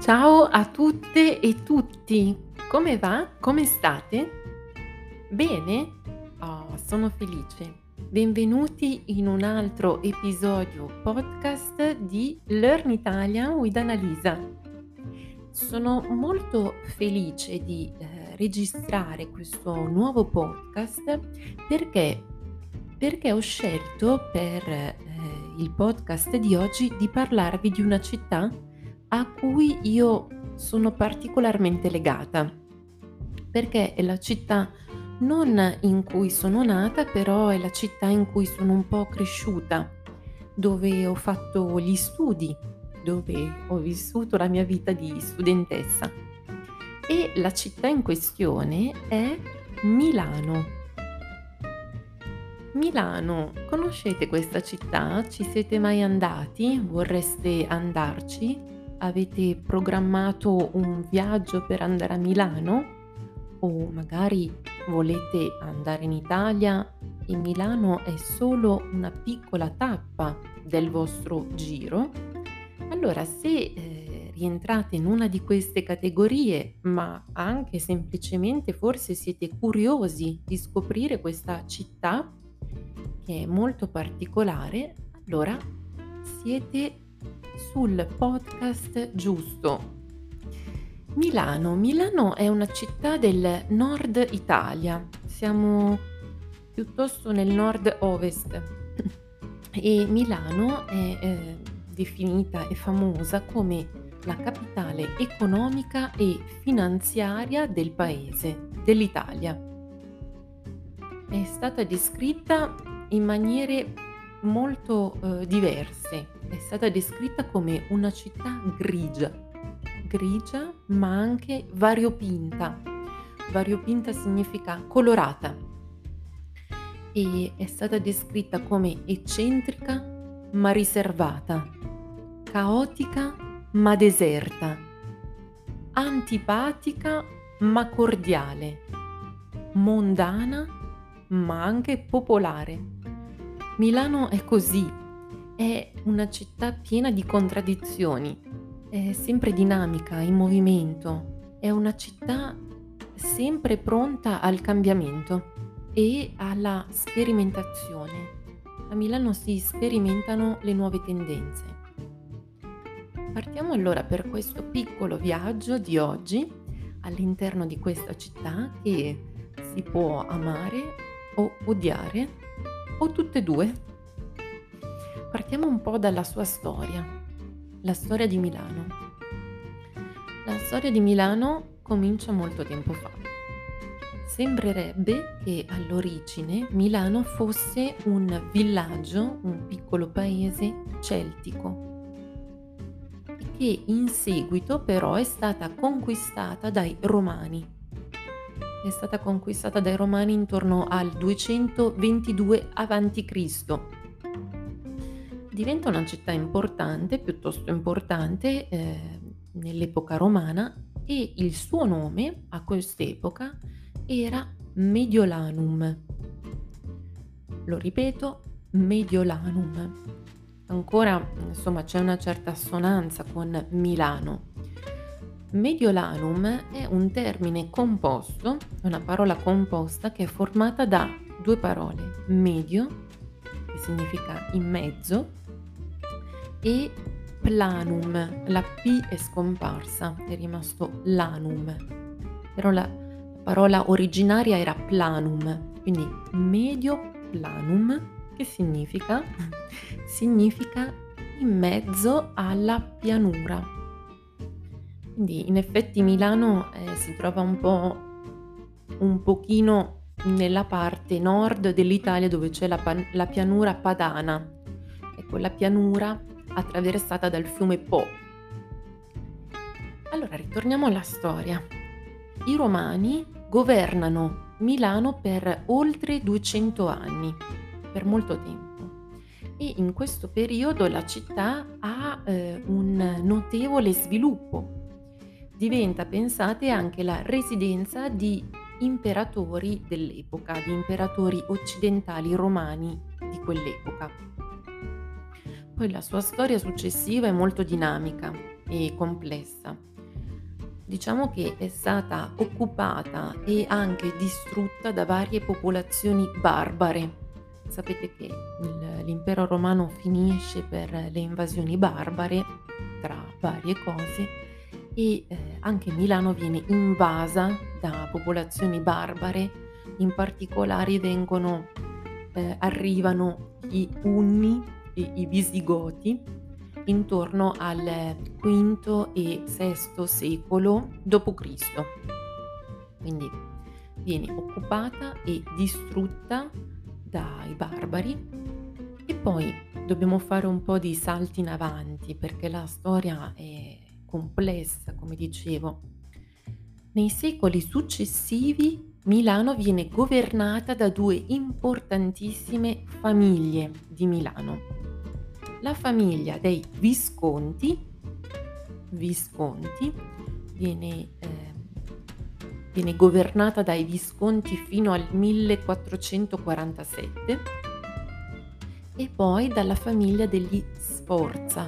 Ciao a tutte e tutti, come va? Come state? Bene? Oh, sono felice. Benvenuti in un altro episodio podcast di Learn Italian with Annalisa. Sono molto felice di registrare questo nuovo podcast perché, perché ho scelto per il podcast di oggi di parlarvi di una città a cui io sono particolarmente legata, perché è la città non in cui sono nata, però è la città in cui sono un po' cresciuta, dove ho fatto gli studi, dove ho vissuto la mia vita di studentessa. E la città in questione è Milano. Milano, conoscete questa città? Ci siete mai andati? Vorreste andarci? Avete programmato un viaggio per andare a Milano? O magari volete andare in Italia e Milano è solo una piccola tappa del vostro giro? Allora, se rientrate in una di queste categorie, ma anche semplicemente forse siete curiosi di scoprire questa città che è molto particolare, allora siete sul podcast giusto. Milano è una città del nord Italia, siamo piuttosto nel nord-ovest e Milano è definita e famosa come la capitale economica e finanziaria del paese, dell'Italia. È stata descritta in maniere molto diverse, è stata descritta come una città grigia ma anche variopinta. Variopinta significa colorata e è stata descritta come eccentrica ma riservata, caotica ma deserta, antipatica ma cordiale, mondana ma anche popolare. Milano è così, è una città piena di contraddizioni, è sempre dinamica, in movimento, è una città sempre pronta al cambiamento e alla sperimentazione. A Milano si sperimentano le nuove tendenze. Partiamo allora per questo piccolo viaggio di oggi all'interno di questa città che si può amare o odiare o tutte e due. Partiamo un po' dalla sua storia, la storia di Milano. La storia di Milano comincia molto tempo fa. Sembrerebbe che all'origine Milano fosse un villaggio, un piccolo paese celtico, e che in seguito però è stata conquistata dai Romani. È stata conquistata dai Romani intorno al 222 a.C. Diventa una città importante, piuttosto importante, nell'epoca romana e il suo nome a quest'epoca era Mediolanum. Lo ripeto, Mediolanum. Ancora, insomma, c'è una certa assonanza con Milano. Mediolanum è un termine composto, una parola composta che è formata da due parole, medio, che significa in mezzo, e planum. La P è scomparsa, è rimasto lanum, però la parola originaria era planum, quindi medio planum, che significa? Significa in mezzo alla pianura. Quindi in effetti Milano si trova un pochino nella parte nord dell'Italia dove c'è la pianura padana. Ecco, la pianura attraversata dal fiume Po. Allora, ritorniamo alla storia. I Romani governano Milano per oltre 200 anni, per molto tempo. E in questo periodo la città ha un notevole sviluppo. Diventa, pensate, anche la residenza di imperatori dell'epoca, di imperatori occidentali romani di quell'epoca. Poi la sua storia successiva è molto dinamica e complessa. Diciamo che è stata occupata e anche distrutta da varie popolazioni barbare. Sapete che l'impero romano finisce per le invasioni barbare, tra varie cose, e anche Milano viene invasa da popolazioni barbare, in particolare arrivano gli Unni e i Visigoti intorno al V e VI secolo d.C. Quindi viene occupata e distrutta dai barbari e poi dobbiamo fare un po' di salti in avanti perché la storia è complessa, come dicevo. Nei secoli successivi Milano viene governata da due importantissime famiglie di Milano. La famiglia dei Visconti viene, viene governata dai Visconti fino al 1447 e poi dalla famiglia degli Sforza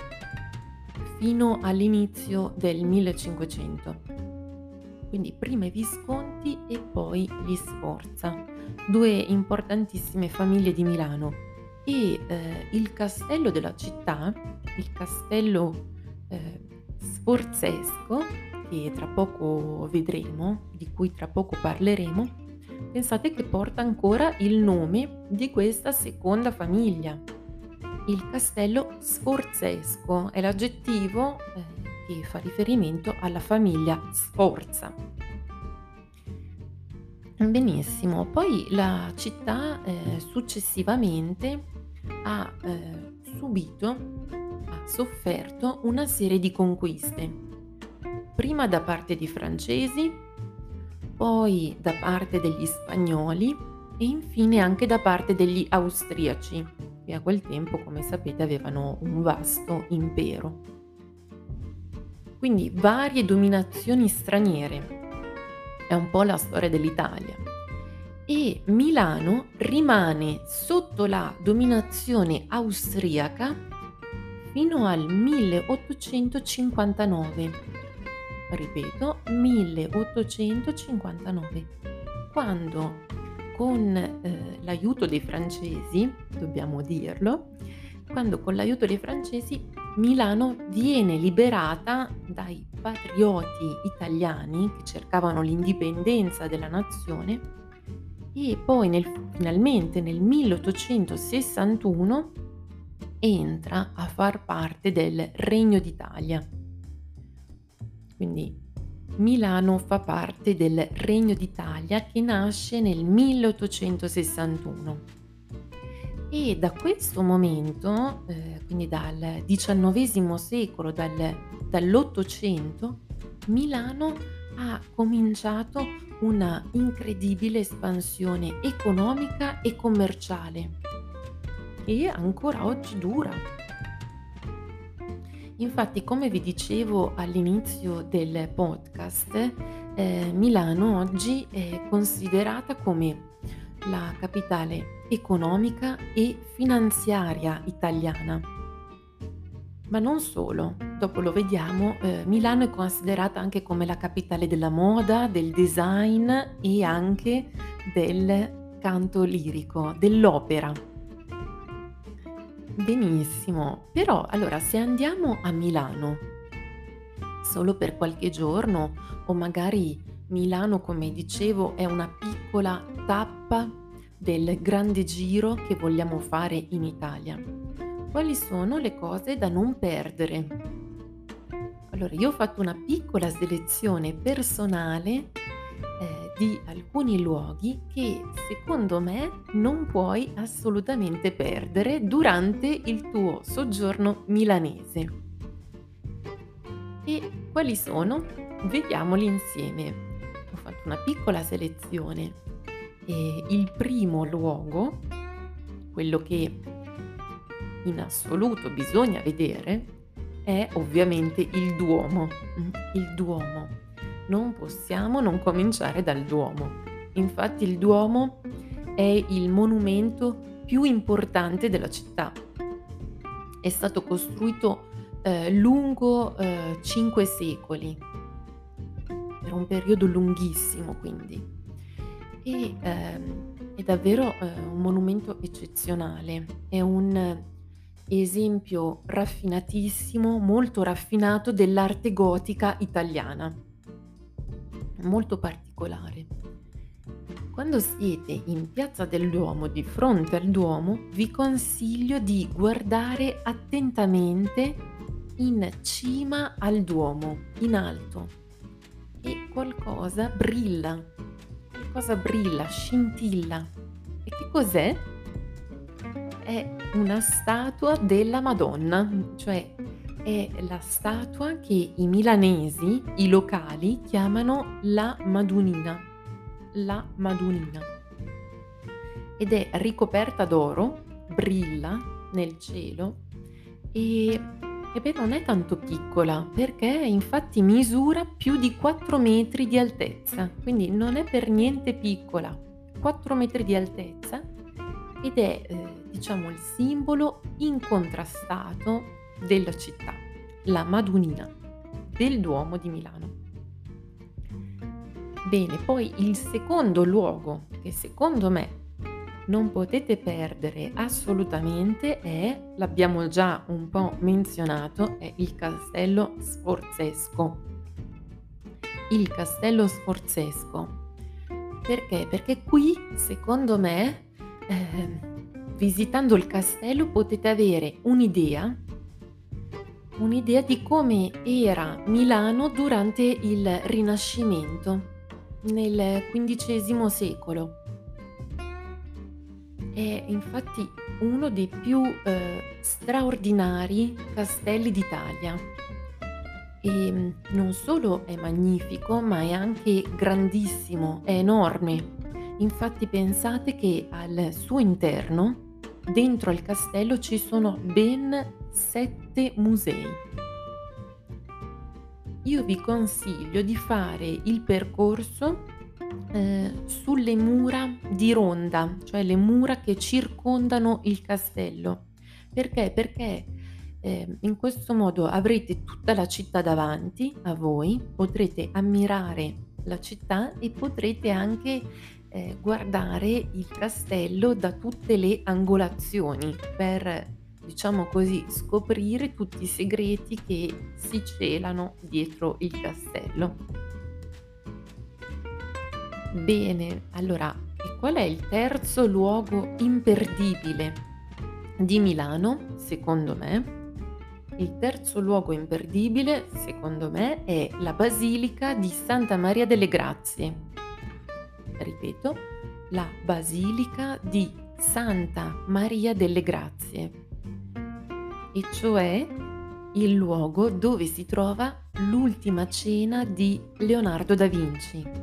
fino all'inizio del 1500. Quindi prima i Visconti e poi gli Sforza, due importantissime famiglie di Milano. E il castello della città, il castello sforzesco, che tra poco vedremo, di cui tra poco parleremo, pensate che porta ancora il nome di questa seconda famiglia. Il castello sforzesco è l'aggettivo che fa riferimento alla famiglia Sforza. Benissimo, poi la città successivamente ha sofferto una serie di conquiste, prima da parte di francesi, poi da parte degli spagnoli e infine anche da parte degli austriaci, che a quel tempo, come sapete, avevano un vasto impero. Quindi varie dominazioni straniere. È un po' la storia dell'Italia. E Milano rimane sotto la dominazione austriaca fino al 1859. Ripeto, 1859, quando con l'aiuto dei francesi, dobbiamo dirlo, quando con l'aiuto dei francesi Milano viene liberata dai patrioti italiani che cercavano l'indipendenza della nazione e poi finalmente nel 1861 entra a far parte del Regno d'Italia. Quindi Milano fa parte del Regno d'Italia che nasce nel 1861. E da questo momento, quindi dal XIX secolo, dall'Ottocento, Milano ha cominciato una incredibile espansione economica e commerciale che ancora oggi dura. Infatti, come vi dicevo all'inizio del podcast, Milano oggi è considerata come la capitale economica e finanziaria italiana. Ma non solo, dopo lo vediamo, Milano è considerata anche come la capitale della moda, del design e anche del canto lirico, dell'opera. Benissimo, però allora se andiamo a Milano solo per qualche giorno o magari Milano, come dicevo, è una piccola tappa del grande giro che vogliamo fare in Italia. Quali sono le cose da non perdere? Allora, io ho fatto una piccola selezione personale di alcuni luoghi che secondo me non puoi assolutamente perdere durante il tuo soggiorno milanese. E quali sono? Vediamoli insieme. Ho fatto una piccola selezione e il primo luogo, quello che in assoluto bisogna vedere, è ovviamente il Duomo. Il Duomo. Non possiamo non cominciare dal Duomo. Infatti il Duomo è il monumento più importante della città. È stato costruito lungo 5 secoli per un periodo lunghissimo quindi. È davvero, un monumento eccezionale, è un esempio raffinatissimo, molto raffinato dell'arte gotica italiana, molto particolare. Quando siete in Piazza del Duomo, di fronte al Duomo, vi consiglio di guardare attentamente in cima al Duomo, in alto, e qualcosa brilla, scintilla. E che cos'è? È una statua della Madonna, cioè è la statua che i milanesi, i locali, chiamano la Madunina. La Madunina. Ed è ricoperta d'oro, brilla nel cielo e, beh, non è tanto piccola perché infatti misura più di 4 metri di altezza, quindi non è per niente piccola, 4 metri di altezza ed è diciamo il simbolo incontrastato della città, la Madunina del Duomo di Milano. Bene, poi il secondo luogo che secondo me non potete perdere assolutamente l'abbiamo già un po' menzionato, è il Castello Sforzesco. Il Castello Sforzesco. Perché? Perché qui, secondo me, visitando il castello potete avere un'idea di come era Milano durante il Rinascimento, nel XV secolo. È infatti uno dei più straordinari castelli d'Italia e non solo è magnifico, ma è anche grandissimo, è enorme. Infatti pensate che al suo interno, dentro al castello, ci sono ben 7 musei. Io vi consiglio di fare il percorso sulle mura di ronda, cioè le mura che circondano il castello. Perché? Perché in questo modo avrete tutta la città davanti a voi, potrete ammirare la città e potrete anche guardare il castello da tutte le angolazioni per, diciamo così, scoprire tutti i segreti che si celano dietro il castello. Bene, allora, e qual è il terzo luogo imperdibile di Milano, secondo me? Il terzo luogo imperdibile, secondo me, è la Basilica di Santa Maria delle Grazie. Ripeto, la Basilica di Santa Maria delle Grazie, e cioè il luogo dove si trova l'Ultima Cena di Leonardo da Vinci,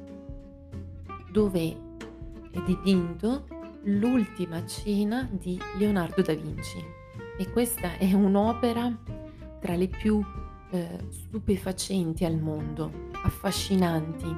dove è dipinto l'Ultima Cena di Leonardo da Vinci. E questa è un'opera tra le più stupefacenti al mondo, affascinanti,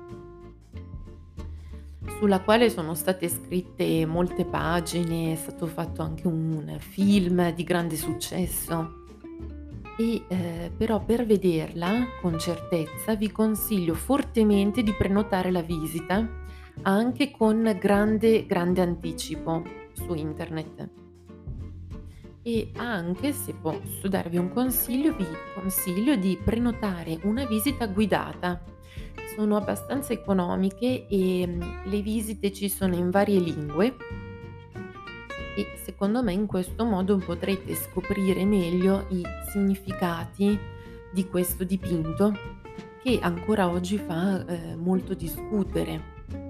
sulla quale sono state scritte molte pagine, è stato fatto anche un film di grande successo. E però per vederla con certezza vi consiglio fortemente di prenotare la visita anche con grande anticipo su internet. E anche, se posso darvi un consiglio, vi consiglio di prenotare una visita guidata. Sono abbastanza economiche e le visite ci sono in varie lingue e secondo me in questo modo potrete scoprire meglio i significati di questo dipinto che ancora oggi fa molto discutere.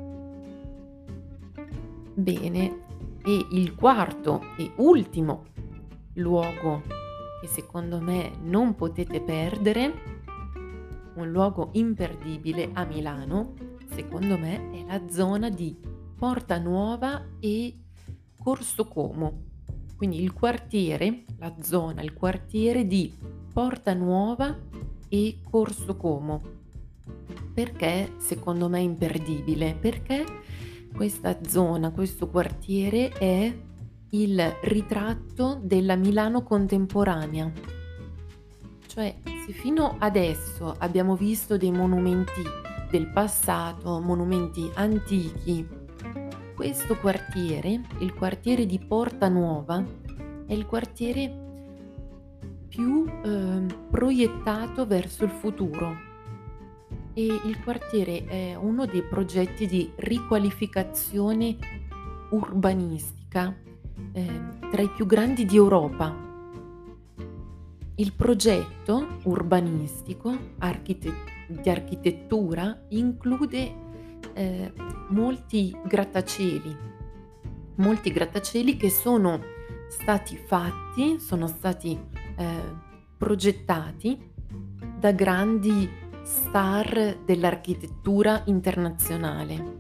Bene, e il quarto e ultimo luogo che secondo me non potete perdere, un luogo imperdibile a Milano, secondo me è la zona di Porta Nuova e Corso Como. Quindi il quartiere, la zona, il quartiere di Porta Nuova e Corso Como. Perché secondo me è imperdibile? Perché questa zona, questo quartiere è il ritratto della Milano contemporanea. Cioè, se fino adesso abbiamo visto dei monumenti del passato, monumenti antichi, questo quartiere, il quartiere di Porta Nuova, è il quartiere più, proiettato verso il futuro e il quartiere è uno dei progetti di riqualificazione urbanistica, tra i più grandi di Europa. Il progetto urbanistico di architettura include, molti grattacieli che sono stati, progettati da grandi star dell'architettura internazionale.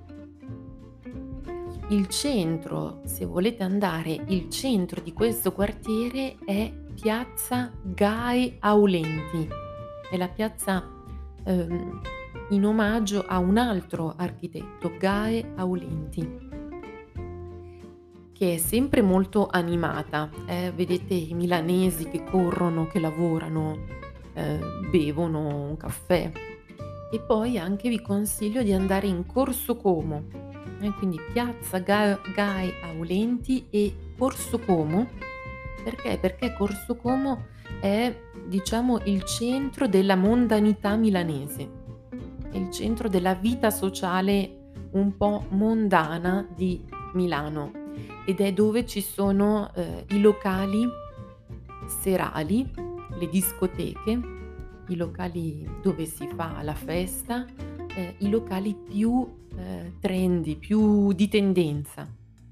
Il centro, se volete andare, il centro di questo quartiere è Piazza Gae Aulenti. È la piazza, in omaggio a un altro architetto, Gae Aulenti, che è sempre molto animata. Vedete i milanesi che corrono, che lavorano, bevono un caffè. E poi anche vi consiglio di andare in Corso Como, quindi piazza Gae Aulenti e Corso Como. Perché? Perché Corso Como è, diciamo, il centro della mondanità milanese, è il centro della vita sociale un po' mondana di Milano ed è dove ci sono, i locali serali, le discoteche, i locali dove si fa la festa, i locali più, trendy, più di tendenza.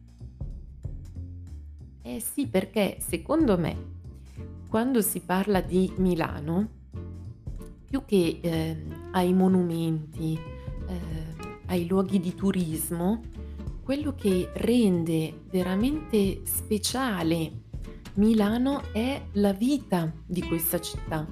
Eh sì, perché secondo me quando si parla di Milano, più che, ai monumenti, ai luoghi di turismo, quello che rende veramente speciale Milano è la vita di questa città.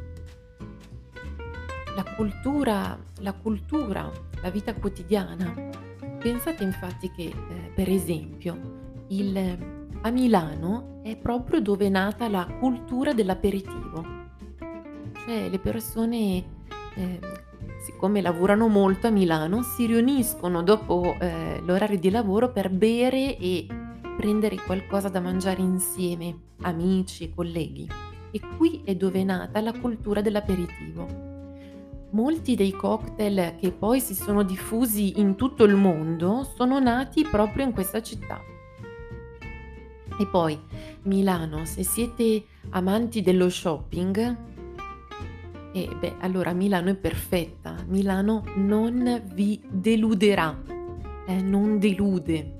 La cultura, la vita quotidiana. Pensate infatti che, per esempio, a Milano è proprio dove è nata la cultura dell'aperitivo. Cioè le persone, ehm, siccome lavorano molto a Milano, si riuniscono dopo, l'orario di lavoro per bere e prendere qualcosa da mangiare insieme, amici e colleghi. E qui è dove è nata la cultura dell'aperitivo. Molti dei cocktail che poi si sono diffusi in tutto il mondo sono nati proprio in questa città. E poi Milano, se siete amanti dello shopping, beh, allora Milano è perfetta. Milano non vi deluderà, non delude.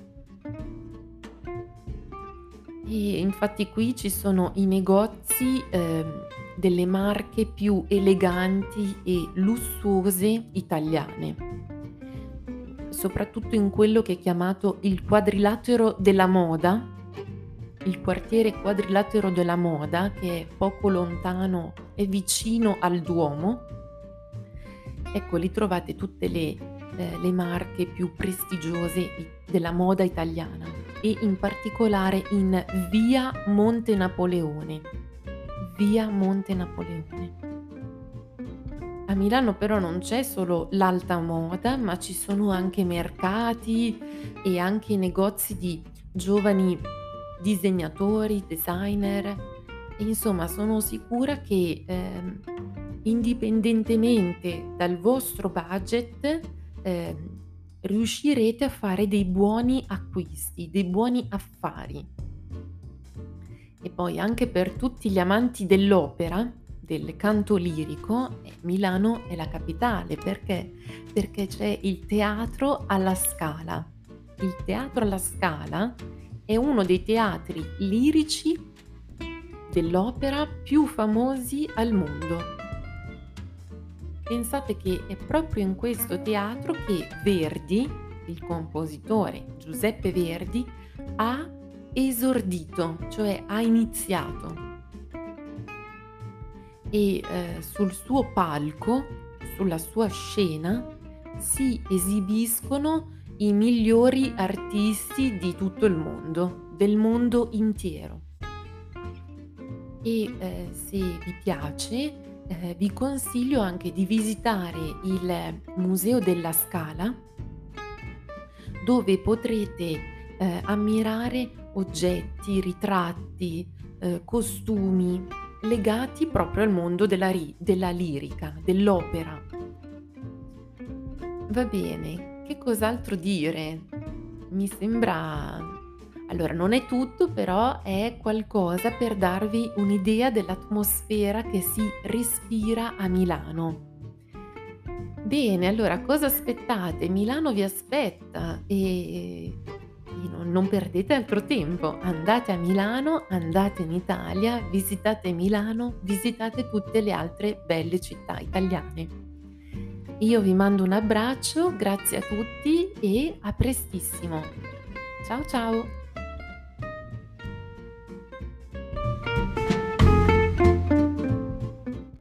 E infatti qui ci sono i negozi, delle marche più eleganti e lussuose italiane, soprattutto in quello che è chiamato il Quadrilatero della Moda, il quartiere Quadrilatero della Moda, che è poco lontano e vicino al Duomo. Ecco, lì trovate tutte le marche più prestigiose della moda italiana e in particolare in via Monte Napoleone. Via Monte Napoleone. A Milano però non c'è solo l'alta moda, ma ci sono anche mercati e anche negozi di giovani disegnatori, designer e insomma sono sicura che, indipendentemente dal vostro budget, riuscirete a fare dei buoni acquisti, dei buoni affari. E poi anche per tutti gli amanti dell'opera, del canto lirico, Milano è la capitale. Perché? Perché c'è il Teatro alla Scala. Il Teatro alla Scala è uno dei teatri lirici dell'opera più famosi al mondo. Pensate che è proprio in questo teatro che Verdi, il compositore Giuseppe Verdi, ha esordito, cioè ha iniziato. E sul suo palco, sulla sua scena, si esibiscono i migliori artisti di tutto il mondo, del mondo intero. e, se vi piace, vi consiglio anche di visitare il Museo della Scala, dove potrete, ammirare oggetti, ritratti, costumi legati proprio al mondo della lirica, dell'opera. Va bene, che cos'altro dire? Mi sembra allora non è tutto, però è qualcosa per darvi un'idea dell'atmosfera che si respira a Milano. Bene, allora cosa aspettate? Milano vi aspetta e non perdete altro tempo. Andate a Milano, andate in Italia, visitate Milano, visitate tutte le altre belle città italiane. Io vi mando un abbraccio, grazie a tutti e a prestissimo. Ciao ciao.